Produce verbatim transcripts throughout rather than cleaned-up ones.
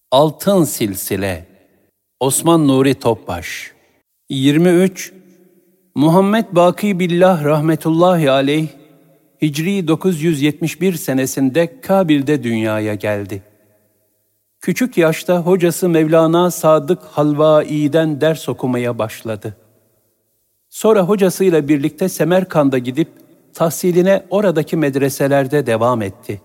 Altın Silsile. Osman Nuri Topbaş. yirmi üç. Muhammed Baki Billah rahmetullahi aleyh, Hicri dokuz yüz yetmiş bir senesinde Kabil'de dünyaya geldi. Küçük yaşta hocası Mevlana Sadık Halvai'den ders okumaya başladı. Sonra hocasıyla birlikte Semerkand'a gidip tahsiline oradaki medreselerde devam etti.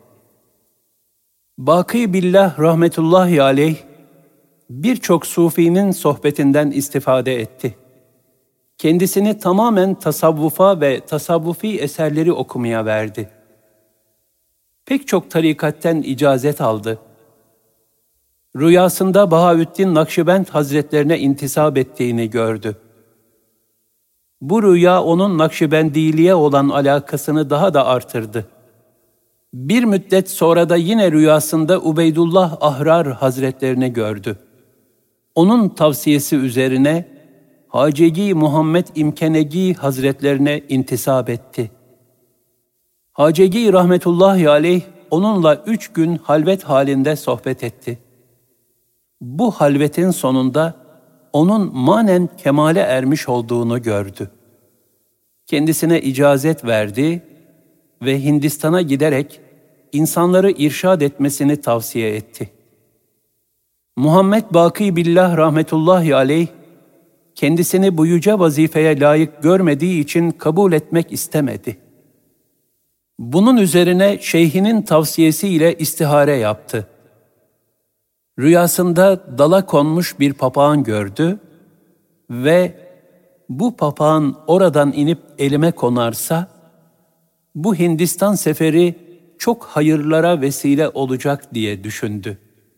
Baki Billah rahmetullahi aleyh, birçok sufinin sohbetinden istifade etti. Kendisini tamamen tasavvufa ve tasavvufi eserleri okumaya verdi. Pek çok tarikatten icazet aldı. Rüyasında Bahaüddin Nakşibend Hazretlerine intisap ettiğini gördü. Bu rüya onun Nakşibendiliğe olan alakasını daha da artırdı. Bir müddet sonra da yine rüyasında Ubeydullah Ahrar Hazretlerini gördü. Onun tavsiyesi üzerine Hacegi Muhammed İmkenegi Hazretlerine intisap etti. Hacegi rahmetullahi aleyh onunla üç gün halvet halinde sohbet etti. Bu halvetin sonunda onun manen kemale ermiş olduğunu gördü. Kendisine icazet verdi ve Hindistan'a giderek insanları irşad etmesini tavsiye etti. Muhammed Baki Billah rahmetullahi aleyh, kendisini bu yüce vazifeye layık görmediği için kabul etmek istemedi. Bunun üzerine şeyhinin tavsiyesiyle istihare yaptı. Rüyasında dala konmuş bir papağan gördü ve bu papağan oradan inip elime konarsa, bu Hindistan seferi çok hayırlara vesile olacak diye düşündü.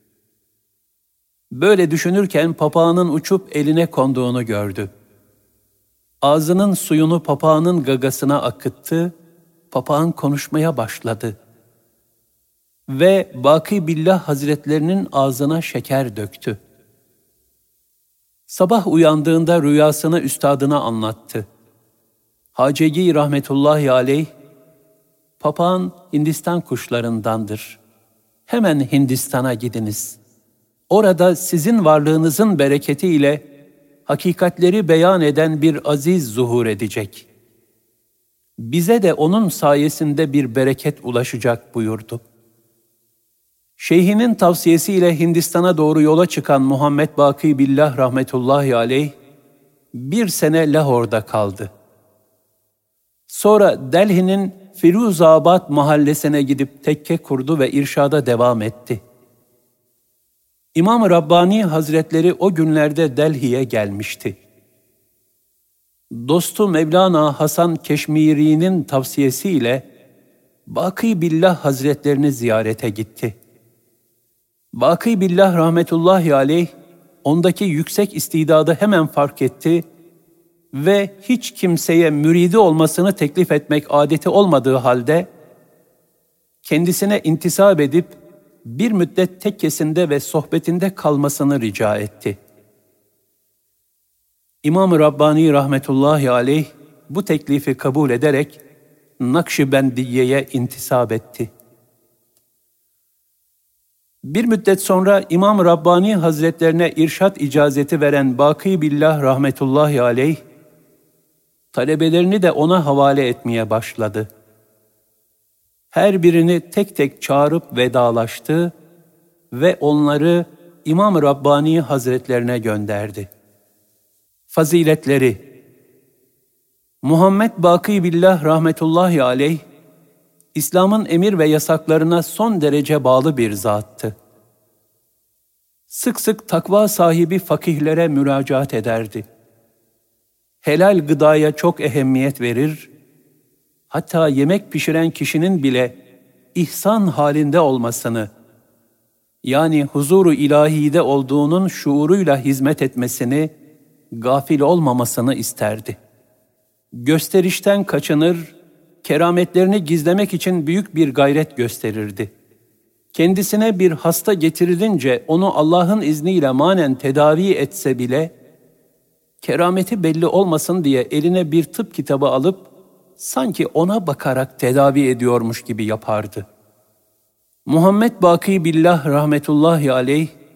Böyle düşünürken papağanın uçup eline konduğunu gördü. Ağzının suyunu papağanın gagasına akıttı, papağan konuşmaya başladı. Ve Baki Billah Hazretlerinin ağzına şeker döktü. Sabah uyandığında rüyasını üstadına anlattı. Hacegi rahmetullahi aleyh, papağan Hindistan kuşlarındandır. Hemen Hindistan'a gidiniz. Orada sizin varlığınızın bereketiyle hakikatleri beyan eden bir aziz zuhur edecek. Bize de onun sayesinde bir bereket ulaşacak buyurdu. Şeyhinin tavsiyesiyle Hindistan'a doğru yola çıkan Muhammed Baki Billah rahmetullahi aleyh, bir sene Lahor'da kaldı. Sonra Delhi'nin Firuzabad mahallesine gidip tekke kurdu ve irşada devam etti. İmam-ı Rabbani Hazretleri o günlerde Delhi'ye gelmişti. Dostu Mevlana Hasan Keşmiri'nin tavsiyesiyle Baki Billah Hazretlerini ziyarete gitti. Baki Billah rahmetullahi aleyh, ondaki yüksek istidadı hemen fark etti ve hiç kimseye müridi olmasını teklif etmek adeti olmadığı halde, kendisine intisap edip bir müddet tekkesinde ve sohbetinde kalmasını rica etti. İmam-ı Rabbani rahmetullahi aleyh bu teklifi kabul ederek Nakşibendiye'ye intisap etti. Bir müddet sonra İmam-ı Rabbani Hazretlerine irşat icazeti veren Baki Billah rahmetullahi aleyh, talebelerini de ona havale etmeye başladı. Her birini tek tek çağırıp vedalaştı ve onları İmam-ı Rabbani Hazretlerine gönderdi. Faziletleri: Muhammed Baki Billah rahmetullahi aleyh, İslam'ın emir ve yasaklarına son derece bağlı bir zattı. Sık sık takva sahibi fakihlere müracaat ederdi. Helal gıdaya çok ehemmiyet verir, hatta yemek pişiren kişinin bile ihsan halinde olmasını, yani huzuru ilahide olduğunun şuuruyla hizmet etmesini, gafil olmamasını isterdi. Gösterişten kaçınır, kerametlerini gizlemek için büyük bir gayret gösterirdi. Kendisine bir hasta getirilince onu Allah'ın izniyle manen tedavi etse bile, kerameti belli olmasın diye eline bir tıp kitabı alıp, sanki ona bakarak tedavi ediyormuş gibi yapardı. Muhammed Baki Billah rahmetullahi aleyh,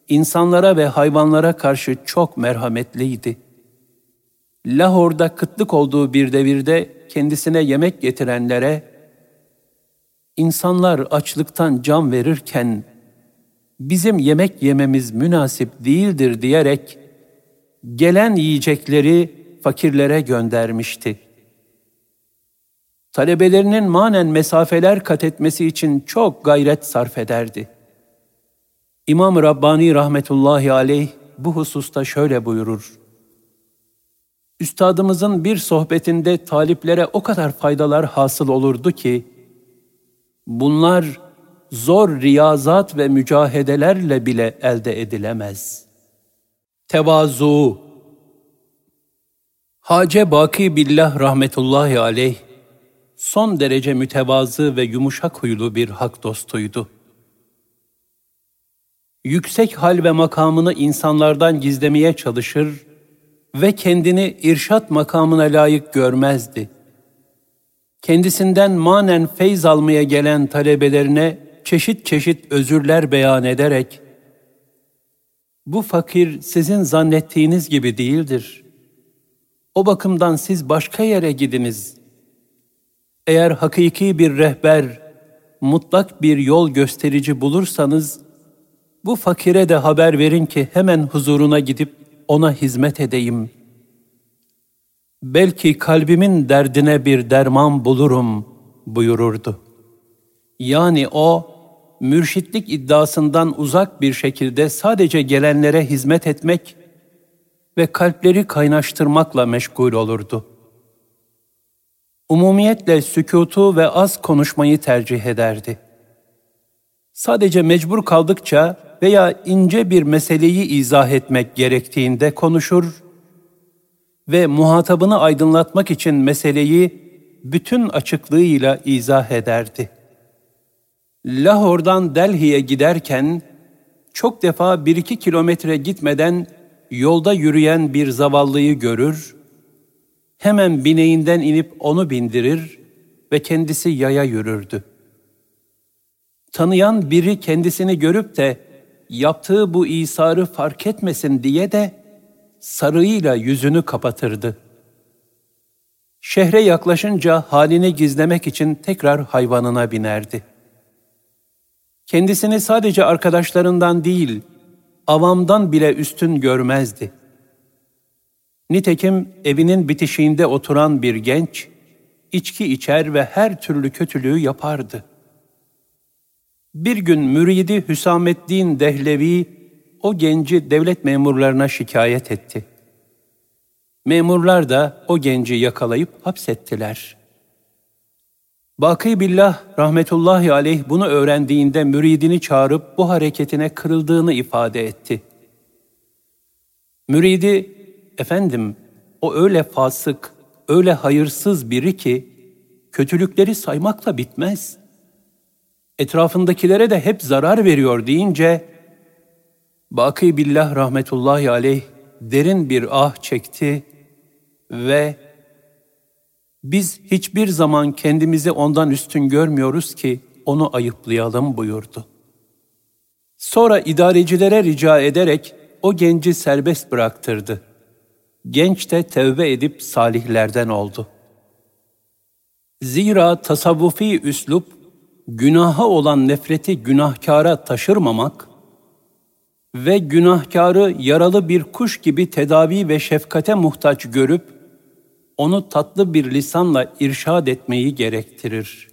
insanlara ve hayvanlara karşı çok merhametliydi. Lahor'da kıtlık olduğu bir devirde kendisine yemek getirenlere, insanlar açlıktan can verirken bizim yemek yememiz münasip değildir diyerek gelen yiyecekleri fakirlere göndermişti. Talebelerinin manen mesafeler kat etmesi için çok gayret sarf ederdi. İmam-ı Rabbani rahmetullahi aleyh bu hususta şöyle buyurur: Üstadımızın bir sohbetinde taliplere o kadar faydalar hasıl olurdu ki, bunlar zor riyazat ve mücahedelerle bile elde edilemez. Tevazu. Hace Baki Billah rahmetullahi aleyh, son derece mütevazı ve yumuşak huylu bir hak dostuydu. Yüksek hal ve makamını insanlardan gizlemeye çalışır ve kendini irşat makamına layık görmezdi. Kendisinden manen feyz almaya gelen talebelerine çeşit çeşit özürler beyan ederek, bu fakir sizin zannettiğiniz gibi değildir. O bakımdan siz başka yere gidiniz. Eğer hakiki bir rehber, mutlak bir yol gösterici bulursanız, bu fakire de haber verin ki hemen huzuruna gidip ona hizmet edeyim. Belki kalbimin derdine bir derman bulurum buyururdu. Yani o, mürşitlik iddiasından uzak bir şekilde sadece gelenlere hizmet etmek ve kalpleri kaynaştırmakla meşgul olurdu. Umumiyetle sükutu ve az konuşmayı tercih ederdi. Sadece mecbur kaldıkça veya ince bir meseleyi izah etmek gerektiğinde konuşur ve muhatabını aydınlatmak için meseleyi bütün açıklığıyla izah ederdi. Lahor'dan Delhi'ye giderken çok defa bir iki kilometre gitmeden yolda yürüyen bir zavallıyı görür, hemen bineğinden inip onu bindirir ve kendisi yaya yürürdü. Tanıyan biri kendisini görüp de yaptığı bu isarı fark etmesin diye de sarığıyla yüzünü kapatırdı. Şehre yaklaşınca halini gizlemek için tekrar hayvanına binerdi. Kendisini sadece arkadaşlarından değil, avamdan bile üstün görmezdi. Nitekim evinin bitişiğinde oturan bir genç, içki içer ve her türlü kötülüğü yapardı. Bir gün müridi Hüsamettin Dehlevi o genci devlet memurlarına şikayet etti. Memurlar da o genci yakalayıp hapsettiler. Baki Billah rahmetullahi aleyh bunu öğrendiğinde müridini çağırıp bu hareketine kırıldığını ifade etti. Müridi, efendim o öyle fasık, öyle hayırsız biri ki kötülükleri saymakla bitmez. Etrafındakilere de hep zarar veriyor deyince, Baki Billah rahmetullahi aleyh derin bir ah çekti ve biz hiçbir zaman kendimizi ondan üstün görmüyoruz ki onu ayıplayalım buyurdu. Sonra idarecilere rica ederek o genci serbest bıraktırdı. Genç de tevbe edip salihlerden oldu. Zira tasavvufi üslup, günaha olan nefreti günahkara taşırmamak ve günahkarı yaralı bir kuş gibi tedavi ve şefkate muhtaç görüp, onu tatlı bir lisanla irşad etmeyi gerektirir.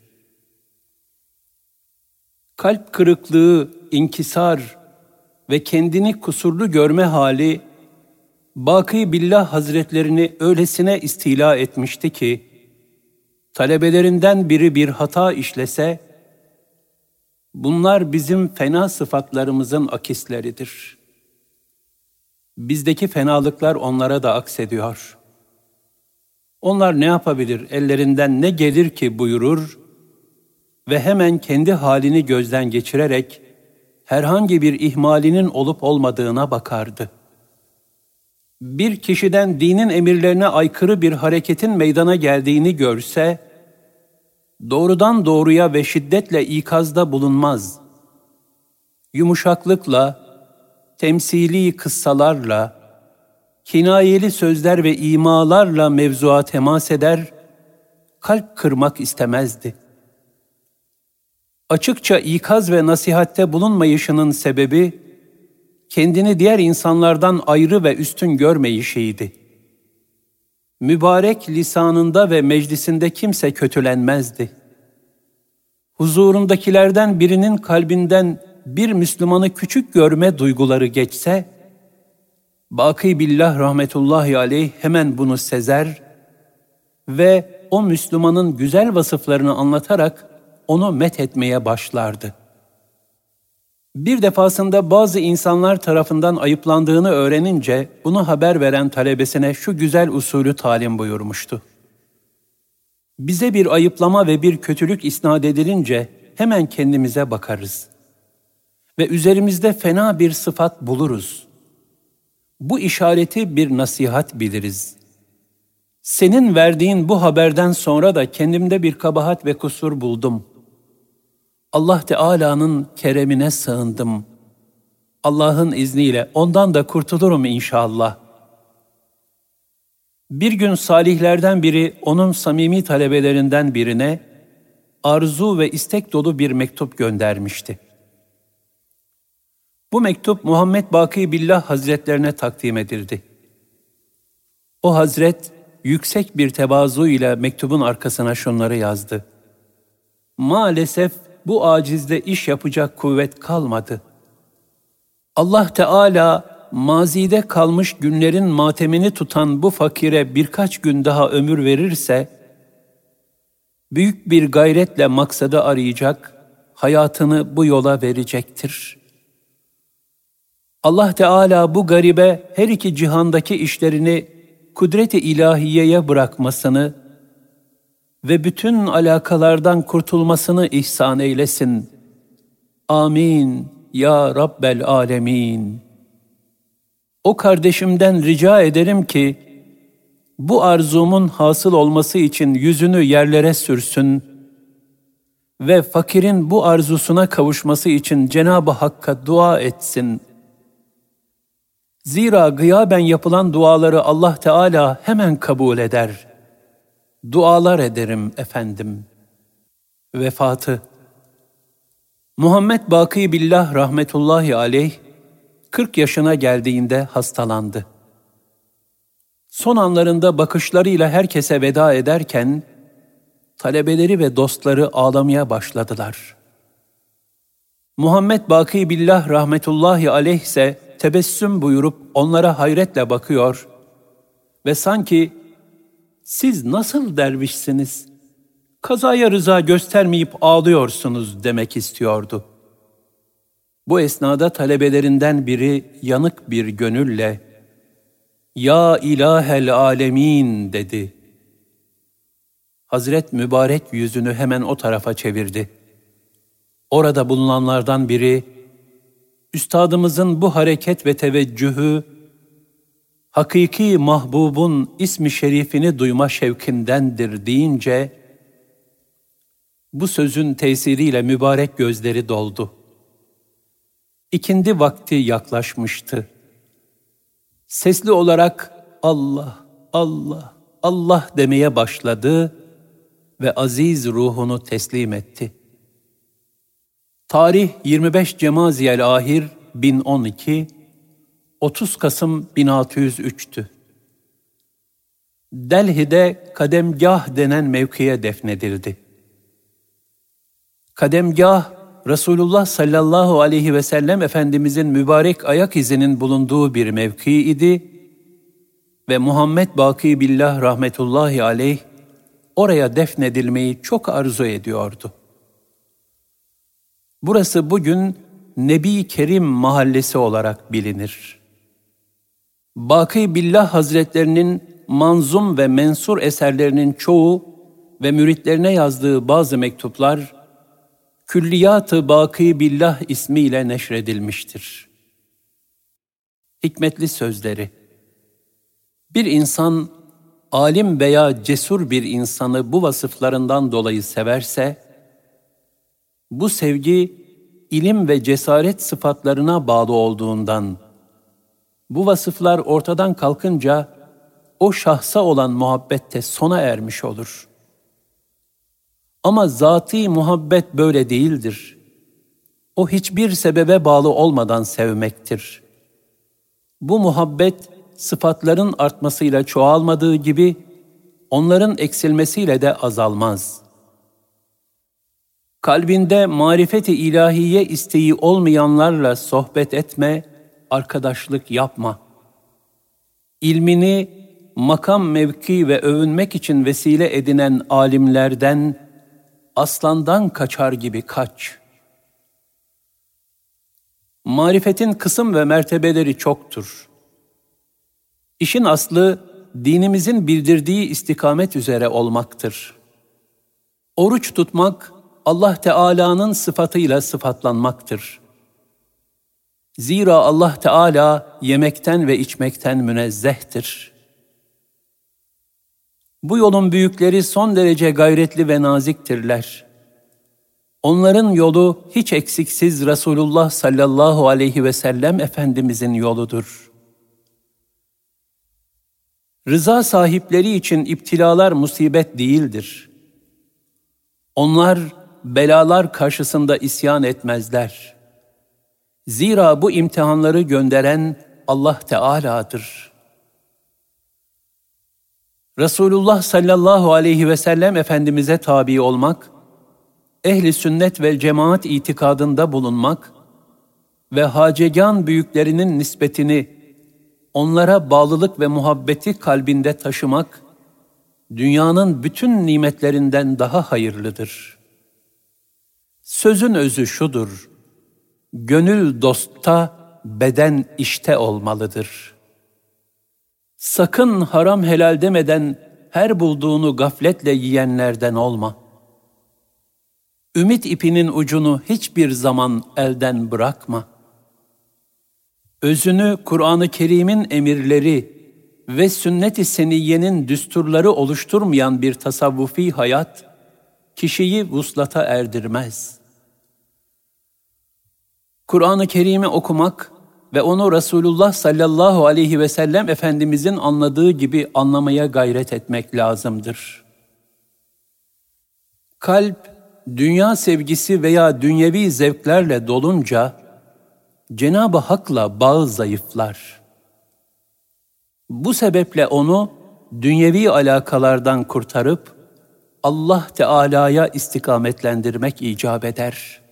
Kalp kırıklığı, inkisar ve kendini kusurlu görme hali, Baki Billah Hazretlerini öylesine istila etmişti ki, talebelerinden biri bir hata işlese, bunlar bizim fena sıfatlarımızın akisleridir. Bizdeki fenalıklar onlara da aksediyor. Onlar ne yapabilir, ellerinden ne gelir ki buyurur ve hemen kendi halini gözden geçirerek herhangi bir ihmalinin olup olmadığına bakardı. Bir kişiden dinin emirlerine aykırı bir hareketin meydana geldiğini görse, doğrudan doğruya ve şiddetle ikazda bulunmaz. Yumuşaklıkla, temsili kıssalarla, kinayeli sözler ve imalarla mevzuğa temas eder, kalp kırmak istemezdi. Açıkça ikaz ve nasihatte bulunmayışının sebebi, kendini diğer insanlardan ayrı ve üstün görmeyişiydi. Mübarek lisanında ve meclisinde kimse kötülenmezdi. Huzurundakilerden birinin kalbinden bir Müslümanı küçük görme duyguları geçse, Baki Billah rahmetullahi aleyh hemen bunu sezer ve o Müslümanın güzel vasıflarını anlatarak onu methetmeye başlardı. Bir defasında bazı insanlar tarafından ayıplandığını öğrenince bunu haber veren talebesine şu güzel usulü talim buyurmuştu. Bize bir ayıplama ve bir kötülük isnat edilince hemen kendimize bakarız ve üzerimizde fena bir sıfat buluruz. Bu işareti bir nasihat biliriz. Senin verdiğin bu haberden sonra da kendimde bir kabahat ve kusur buldum. Allah Teala'nın keremine sığındım. Allah'ın izniyle ondan da kurtulurum inşallah. Bir gün salihlerden biri onun samimi talebelerinden birine arzu ve istek dolu bir mektup göndermişti. Bu mektup Muhammed Baki Billah Hazretlerine takdim edildi. O Hazret yüksek bir tevazu ile mektubun arkasına şunları yazdı. Maalesef bu acizde iş yapacak kuvvet kalmadı. Allah Teala mazide kalmış günlerin matemini tutan bu fakire birkaç gün daha ömür verirse, büyük bir gayretle maksadı arayacak, hayatını bu yola verecektir. Allah Teala bu garibe her iki cihandaki işlerini kudret-i ilahiyeye bırakmasını ve bütün alakalardan kurtulmasını ihsan eylesin. Amin ya Rabbel alemin. O kardeşimden rica ederim ki, bu arzumun hasıl olması için yüzünü yerlere sürsün ve fakirin bu arzusuna kavuşması için Cenab-ı Hakk'a dua etsin. Zira gıyaben yapılan duaları Allah Teala hemen kabul eder. Dualar ederim efendim. Vefatı. Muhammed Baki Billah rahmetullahi aleyh, kırk yaşına geldiğinde hastalandı. Son anlarında bakışlarıyla herkese veda ederken, talebeleri ve dostları ağlamaya başladılar. Muhammed Baki Billah rahmetullahi aleyh ise tebessüm buyurup onlara hayretle bakıyor ve sanki "Siz nasıl dervişsiniz? Kazaya rıza göstermeyip ağlıyorsunuz" demek istiyordu. Bu esnada talebelerinden biri yanık bir gönülle "Ya ilahel alemin" dedi. Hazret mübarek yüzünü hemen o tarafa çevirdi. Orada bulunanlardan biri, üstadımızın bu hareket ve teveccühü, hakiki mahbubun ismi şerifini duyma şevkindendir deyince, bu sözün tesiriyle mübarek gözleri doldu. İkindi vakti yaklaşmıştı. Sesli olarak Allah, Allah, Allah demeye başladı ve aziz ruhunu teslim etti. Tarih yirmi beş Cemaziyel Ahir bin on iki, otuz Kasım bin altı yüz üç'tü. Delhi'de Kademgah denen mevkiye defnedildi. Kademgah, Resulullah sallallahu aleyhi ve sellem Efendimizin mübarek ayak izinin bulunduğu bir mevki idi ve Muhammed Baki Billah rahmetullahi aleyh oraya defnedilmeyi çok arzu ediyordu. Burası bugün Nebi Kerim Mahallesi olarak bilinir. Baki Billah Hazretlerinin manzum ve mensur eserlerinin çoğu ve müritlerine yazdığı bazı mektuplar, Külliyat-ı Baki Billah ismiyle neşredilmiştir. Hikmetli sözleri: Bir insan, alim veya cesur bir insanı bu vasıflarından dolayı severse, bu sevgi, ilim ve cesaret sıfatlarına bağlı olduğundan Bu vasıflar ortadan kalkınca o şahsa olan muhabbet de sona ermiş olur. Ama zati muhabbet böyle değildir. O hiçbir sebebe bağlı olmadan sevmektir. Bu muhabbet sıfatların artmasıyla çoğalmadığı gibi onların eksilmesiyle de azalmaz. Kalbinde marifet-i ilahiye isteği olmayanlarla sohbet etme, arkadaşlık yapma. İlmini makam, mevki ve övünmek için vesile edinen alimlerden, aslandan kaçar gibi kaç. Marifetin kısım ve mertebeleri çoktur. İşin aslı, dinimizin bildirdiği istikamet üzere olmaktır. Oruç tutmak, Allah Teala'nın sıfatıyla sıfatlanmaktır. Zira Allah Teala yemekten ve içmekten münezzehtir. Bu yolun büyükleri son derece gayretli ve naziktirler. Onların yolu hiç eksiksiz Resulullah sallallahu aleyhi ve sellem Efendimizin yoludur. Rıza sahipleri için iptilalar musibet değildir. Onlar belalar karşısında isyan etmezler. Zira bu imtihanları gönderen Allah Teala'dır. Resulullah sallallahu aleyhi ve sellem Efendimiz'e tabi olmak, ehli sünnet ve cemaat itikadında bulunmak ve hacegan büyüklerinin nispetini onlara bağlılık ve muhabbeti kalbinde taşımak, dünyanın bütün nimetlerinden daha hayırlıdır. Sözün özü şudur: gönül dostta, beden işte olmalıdır. Sakın haram helal demeden her bulduğunu gafletle yiyenlerden olma. Ümit ipinin ucunu hiçbir zaman elden bırakma. Özünü Kur'an-ı Kerim'in emirleri ve sünnet-i seniyyenin düsturları oluşturmayan bir tasavvufi hayat, kişiyi vuslata erdirmez. Kur'an-ı Kerim'i okumak ve onu Resulullah sallallahu aleyhi ve sellem Efendimizin anladığı gibi anlamaya gayret etmek lazımdır. Kalp, dünya sevgisi veya dünyevi zevklerle dolunca, Cenab-ı Hak'la bağı zayıflar. Bu sebeple onu dünyevi alakalardan kurtarıp Allah Teala'ya istikametlendirmek icap eder.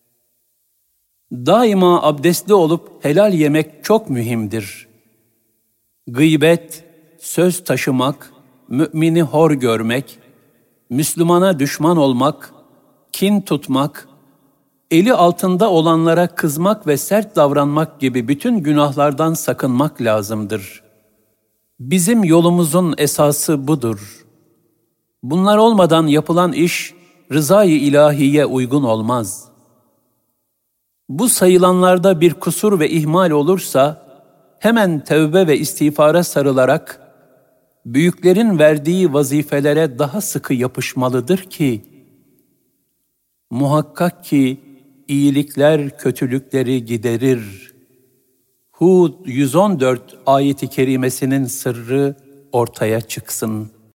Daima abdestli olup helal yemek çok mühimdir. Gıybet, söz taşımak, mümini hor görmek, Müslümana düşman olmak, kin tutmak, eli altında olanlara kızmak ve sert davranmak gibi bütün günahlardan sakınmak lazımdır. Bizim yolumuzun esası budur. Bunlar olmadan yapılan iş, rızayı ilahiye uygun olmaz. Bu sayılanlarda bir kusur ve ihmal olursa, hemen tevbe ve istiğfara sarılarak, büyüklerin verdiği vazifelere daha sıkı yapışmalıdır ki, muhakkak ki iyilikler kötülükleri giderir. Hud yüz on dört ayeti kerimesinin sırrı ortaya çıksın.